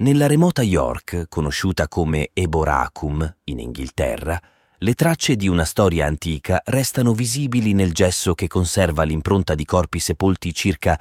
Nella remota York, conosciuta come Eboracum in Inghilterra, le tracce di una storia antica restano visibili nel gesso che conserva l'impronta di corpi sepolti circa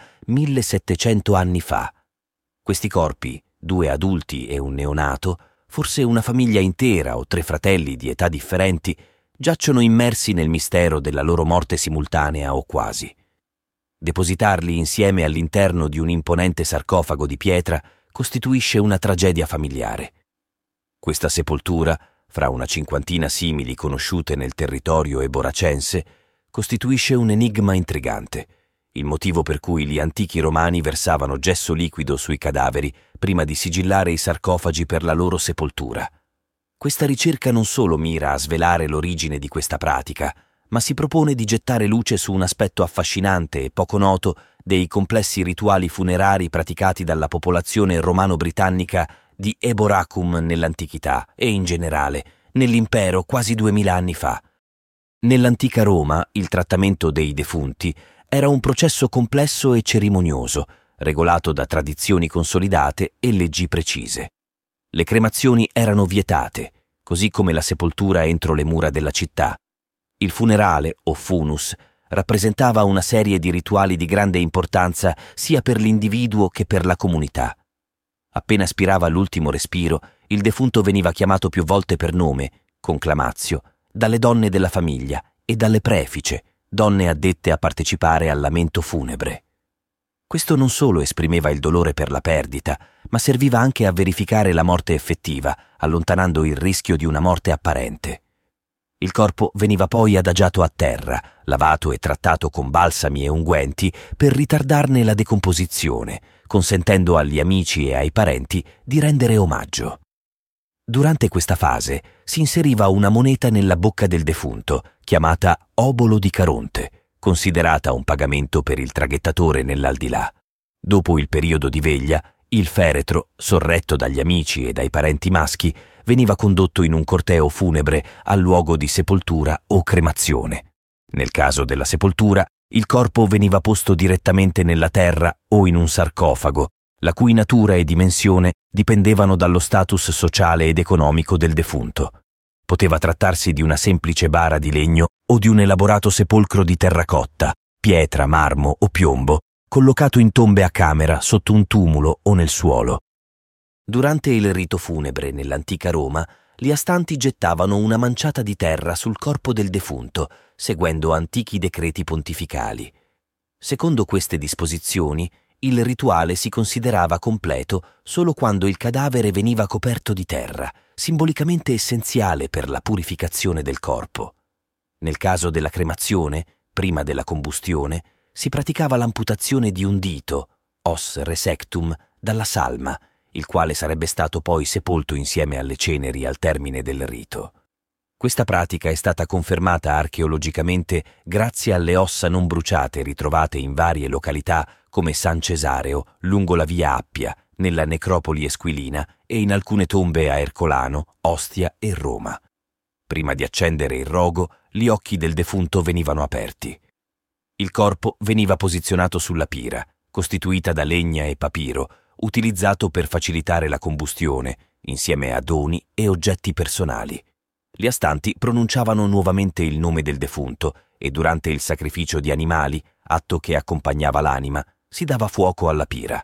1700 anni fa. Questi corpi, 2 adulti e un neonato, forse una famiglia intera o 3 fratelli di età differenti, giacciono immersi nel mistero della loro morte simultanea o quasi. Depositarli insieme all'interno di un imponente sarcofago di pietra costituisce una tragedia familiare. Questa sepoltura, fra una cinquantina simili conosciute nel territorio eboracense, costituisce un enigma intrigante, il motivo per cui gli antichi romani versavano gesso liquido sui cadaveri prima di sigillare i sarcofagi per la loro sepoltura. Questa ricerca non solo mira a svelare l'origine di questa pratica, ma si propone di gettare luce su un aspetto affascinante e poco noto dei complessi rituali funerari praticati dalla popolazione romano-britannica di Eboracum nell'antichità e in generale nell'impero quasi 2000 anni fa. Nell'antica Roma il trattamento dei defunti era un processo complesso e cerimonioso, regolato da tradizioni consolidate e leggi precise. Le cremazioni erano vietate, così come la sepoltura entro le mura della città. Il funerale, o funus, rappresentava una serie di rituali di grande importanza sia per l'individuo che per la comunità. Appena spirava l'ultimo respiro, il defunto veniva chiamato più volte per nome, conclamazio, dalle donne della famiglia e dalle prefice, donne addette a partecipare al lamento funebre. Questo non solo esprimeva il dolore per la perdita, ma serviva anche a verificare la morte effettiva, allontanando il rischio di una morte apparente. Il corpo veniva poi adagiato a terra, lavato e trattato con balsami e unguenti per ritardarne la decomposizione, consentendo agli amici e ai parenti di rendere omaggio. Durante questa fase si inseriva una moneta nella bocca del defunto, chiamata obolo di Caronte, considerata un pagamento per il traghettatore nell'aldilà. Dopo il periodo di veglia, il feretro, sorretto dagli amici e dai parenti maschi, veniva condotto in un corteo funebre al luogo di sepoltura o cremazione. Nel caso della sepoltura, il corpo veniva posto direttamente nella terra o in un sarcofago, la cui natura e dimensione dipendevano dallo status sociale ed economico del defunto. Poteva trattarsi di una semplice bara di legno o di un elaborato sepolcro di terracotta, pietra, marmo o piombo, collocato in tombe a camera sotto un tumulo o nel suolo. Durante il rito funebre nell'antica Roma, gli astanti gettavano una manciata di terra sul corpo del defunto, seguendo antichi decreti pontificali. Secondo queste disposizioni, il rituale si considerava completo solo quando il cadavere veniva coperto di terra, simbolicamente essenziale per la purificazione del corpo. Nel caso della cremazione, prima della combustione, si praticava l'amputazione di un dito, os resectum, dalla salma, il quale sarebbe stato poi sepolto insieme alle ceneri al termine del rito. Questa pratica è stata confermata archeologicamente grazie alle ossa non bruciate ritrovate in varie località come San Cesareo, lungo la via Appia, nella necropoli esquilina e in alcune tombe a Ercolano, Ostia e Roma. Prima di accendere il rogo, gli occhi del defunto venivano aperti. Il corpo veniva posizionato sulla pira, costituita da legna e papiro, utilizzato per facilitare la combustione, insieme a doni e oggetti personali. Gli astanti pronunciavano nuovamente il nome del defunto e durante il sacrificio di animali, atto che accompagnava l'anima, si dava fuoco alla pira.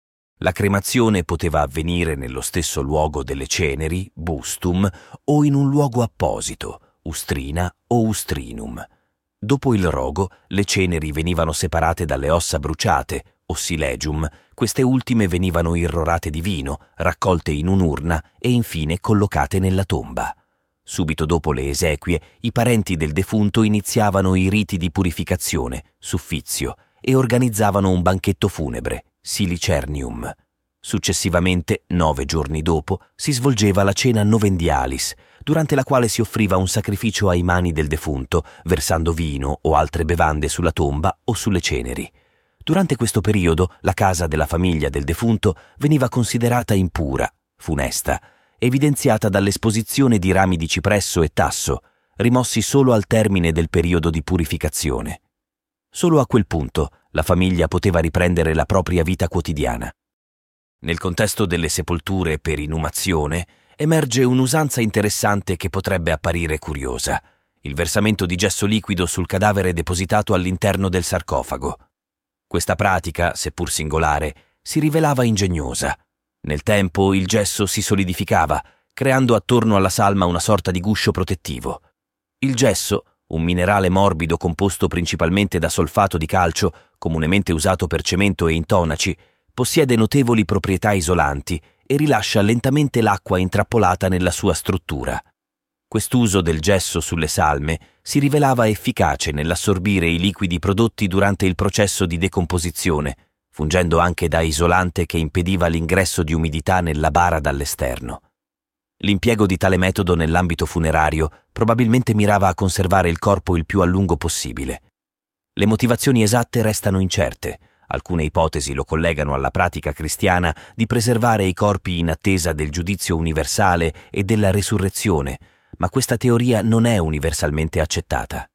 La cremazione poteva avvenire nello stesso luogo delle ceneri, bustum, o in un luogo apposito, ustrina o ustrinum. Dopo il rogo, le ceneri venivano separate dalle ossa bruciate, ossilegium. Queste ultime venivano irrorate di vino, raccolte in un'urna e infine collocate nella tomba. Subito dopo le esequie, i parenti del defunto iniziavano i riti di purificazione, suffizio, e organizzavano un banchetto funebre, silicernium. Successivamente, 9 giorni dopo, si svolgeva la cena novendialis, durante la quale si offriva un sacrificio ai mani del defunto, versando vino o altre bevande sulla tomba o sulle ceneri. Durante questo periodo, la casa della famiglia del defunto veniva considerata impura, funesta, evidenziata dall'esposizione di rami di cipresso e tasso, rimossi solo al termine del periodo di purificazione. Solo a quel punto la famiglia poteva riprendere la propria vita quotidiana. Nel contesto delle sepolture per inumazione emerge un'usanza interessante che potrebbe apparire curiosa: il versamento di gesso liquido sul cadavere depositato all'interno del sarcofago. Questa pratica, seppur singolare, si rivelava ingegnosa. Nel tempo il gesso si solidificava, creando attorno alla salma una sorta di guscio protettivo. Il gesso, un minerale morbido composto principalmente da solfato di calcio, comunemente usato per cemento e intonaci, possiede notevoli proprietà isolanti e rilascia lentamente l'acqua intrappolata nella sua struttura. Quest'uso del gesso sulle salme si rivelava efficace nell'assorbire i liquidi prodotti durante il processo di decomposizione, fungendo anche da isolante che impediva l'ingresso di umidità nella bara dall'esterno. L'impiego di tale metodo nell'ambito funerario probabilmente mirava a conservare il corpo il più a lungo possibile. Le motivazioni esatte restano incerte. Alcune ipotesi lo collegano alla pratica cristiana di preservare i corpi in attesa del giudizio universale e della resurrezione, ma questa teoria non è universalmente accettata.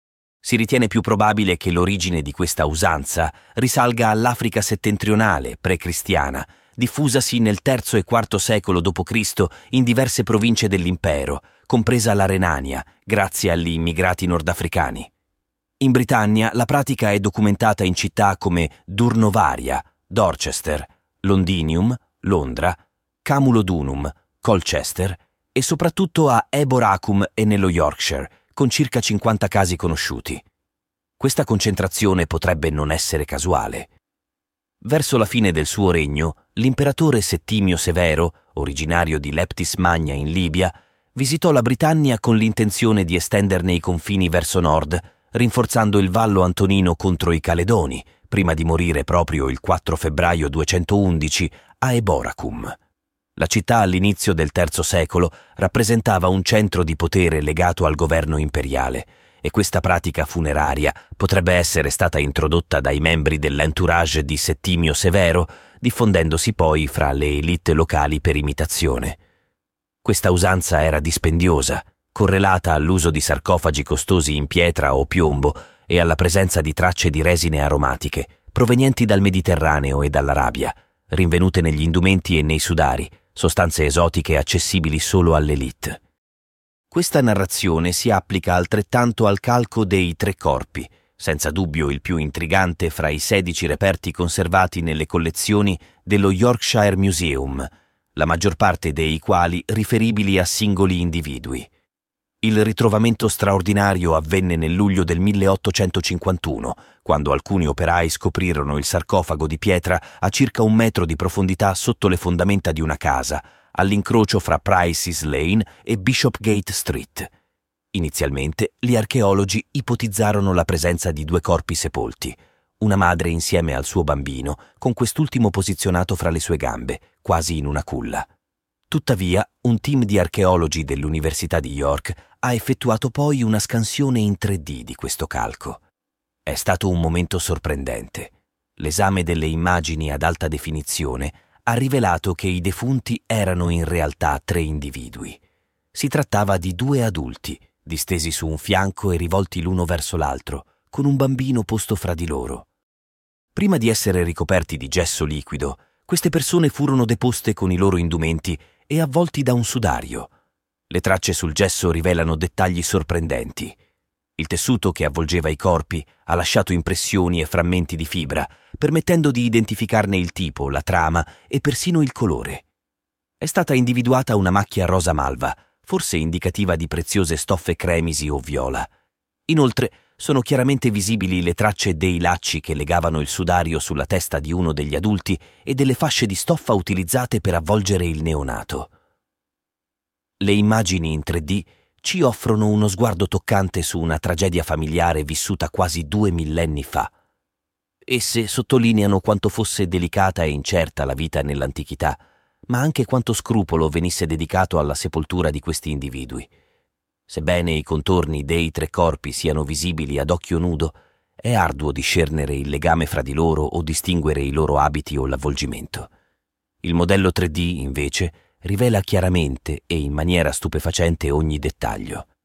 Si ritiene più probabile che l'origine di questa usanza risalga all'Africa settentrionale pre-cristiana, diffusasi nel III e IV secolo d.C. in diverse province dell'impero, compresa la Renania, grazie agli immigrati nordafricani. In Britannia la pratica è documentata in città come Durnovaria, Dorchester, Londinium, Londra, Camulodunum, Colchester e soprattutto a Eboracum e nello Yorkshire, con circa 50 casi conosciuti. Questa concentrazione potrebbe non essere casuale. Verso la fine del suo regno, l'imperatore Settimio Severo, originario di Leptis Magna in Libia, visitò la Britannia con l'intenzione di estenderne i confini verso nord, rinforzando il vallo Antonino contro i Caledoni, prima di morire proprio il 4 febbraio 211 a Eboracum. La città all'inizio del III secolo rappresentava un centro di potere legato al governo imperiale e questa pratica funeraria potrebbe essere stata introdotta dai membri dell'entourage di Settimio Severo, diffondendosi poi fra le élite locali per imitazione. Questa usanza era dispendiosa, correlata all'uso di sarcofagi costosi in pietra o piombo e alla presenza di tracce di resine aromatiche provenienti dal Mediterraneo e dall'Arabia, rinvenute negli indumenti e nei sudari, sostanze esotiche accessibili solo all'élite. Questa narrazione si applica altrettanto al calco dei tre corpi, senza dubbio il più intrigante fra i 16 reperti conservati nelle collezioni dello Yorkshire Museum, la maggior parte dei quali riferibili a singoli individui. Il ritrovamento straordinario avvenne nel luglio del 1851, quando alcuni operai scoprirono il sarcofago di pietra a circa 1 metro di profondità sotto le fondamenta di una casa, all'incrocio fra Price's Lane e Bishopgate Street. Inizialmente, gli archeologi ipotizzarono la presenza di 2 corpi sepolti, una madre insieme al suo bambino, con quest'ultimo posizionato fra le sue gambe, quasi in una culla. Tuttavia, un team di archeologi dell'Università di York ha effettuato poi una scansione in 3D di questo calco. È stato un momento sorprendente. L'esame delle immagini ad alta definizione ha rivelato che i defunti erano in realtà 3 individui. Si trattava di 2 adulti, distesi su un fianco e rivolti l'uno verso l'altro, con un bambino posto fra di loro. Prima di essere ricoperti di gesso liquido, queste persone furono deposte con i loro indumenti e avvolti da un sudario. Le tracce sul gesso rivelano dettagli sorprendenti. Il tessuto che avvolgeva i corpi ha lasciato impressioni e frammenti di fibra, permettendo di identificarne il tipo, la trama e persino il colore. È stata individuata una macchia rosa malva, forse indicativa di preziose stoffe cremisi o viola. Inoltre, sono chiaramente visibili le tracce dei lacci che legavano il sudario sulla testa di uno degli adulti e delle fasce di stoffa utilizzate per avvolgere il neonato. Le immagini in 3D ci offrono uno sguardo toccante su una tragedia familiare vissuta quasi 2 millenni fa. Esse sottolineano quanto fosse delicata e incerta la vita nell'antichità, ma anche quanto scrupolo venisse dedicato alla sepoltura di questi individui. Sebbene i contorni dei 3 corpi siano visibili ad occhio nudo, è arduo discernere il legame fra di loro o distinguere i loro abiti o l'avvolgimento. Il modello 3D, invece, rivela chiaramente e in maniera stupefacente ogni dettaglio.